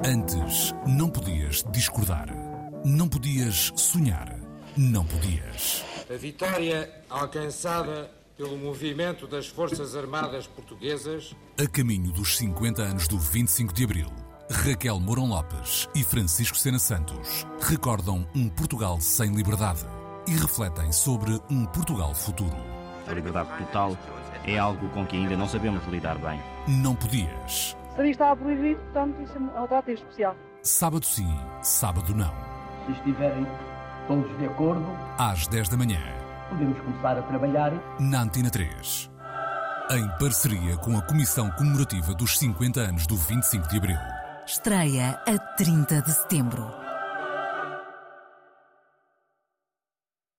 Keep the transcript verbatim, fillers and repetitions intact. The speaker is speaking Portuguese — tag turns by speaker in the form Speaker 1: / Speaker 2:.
Speaker 1: Antes, não podias discordar. Não podias sonhar. Não podias.
Speaker 2: A vitória alcançada pelo movimento das Forças Armadas Portuguesas.
Speaker 1: A caminho dos cinquenta anos do vinte e cinco de Abril, Raquel Mourão Lopes e Francisco Sena Santos recordam um Portugal sem liberdade e refletem sobre um Portugal futuro.
Speaker 3: A liberdade total é algo com que ainda não sabemos lidar bem.
Speaker 1: Não podias.
Speaker 4: Seria estava proibido, portanto, isso é um trato especial.
Speaker 1: Sábado sim, sábado não.
Speaker 5: Se estiverem todos de acordo,
Speaker 1: às dez da manhã,
Speaker 5: podemos começar a trabalhar
Speaker 1: na Antena três. Em parceria com a Comissão Comemorativa dos cinquenta anos do vinte e cinco de Abril.
Speaker 6: Estreia a trinta de setembro.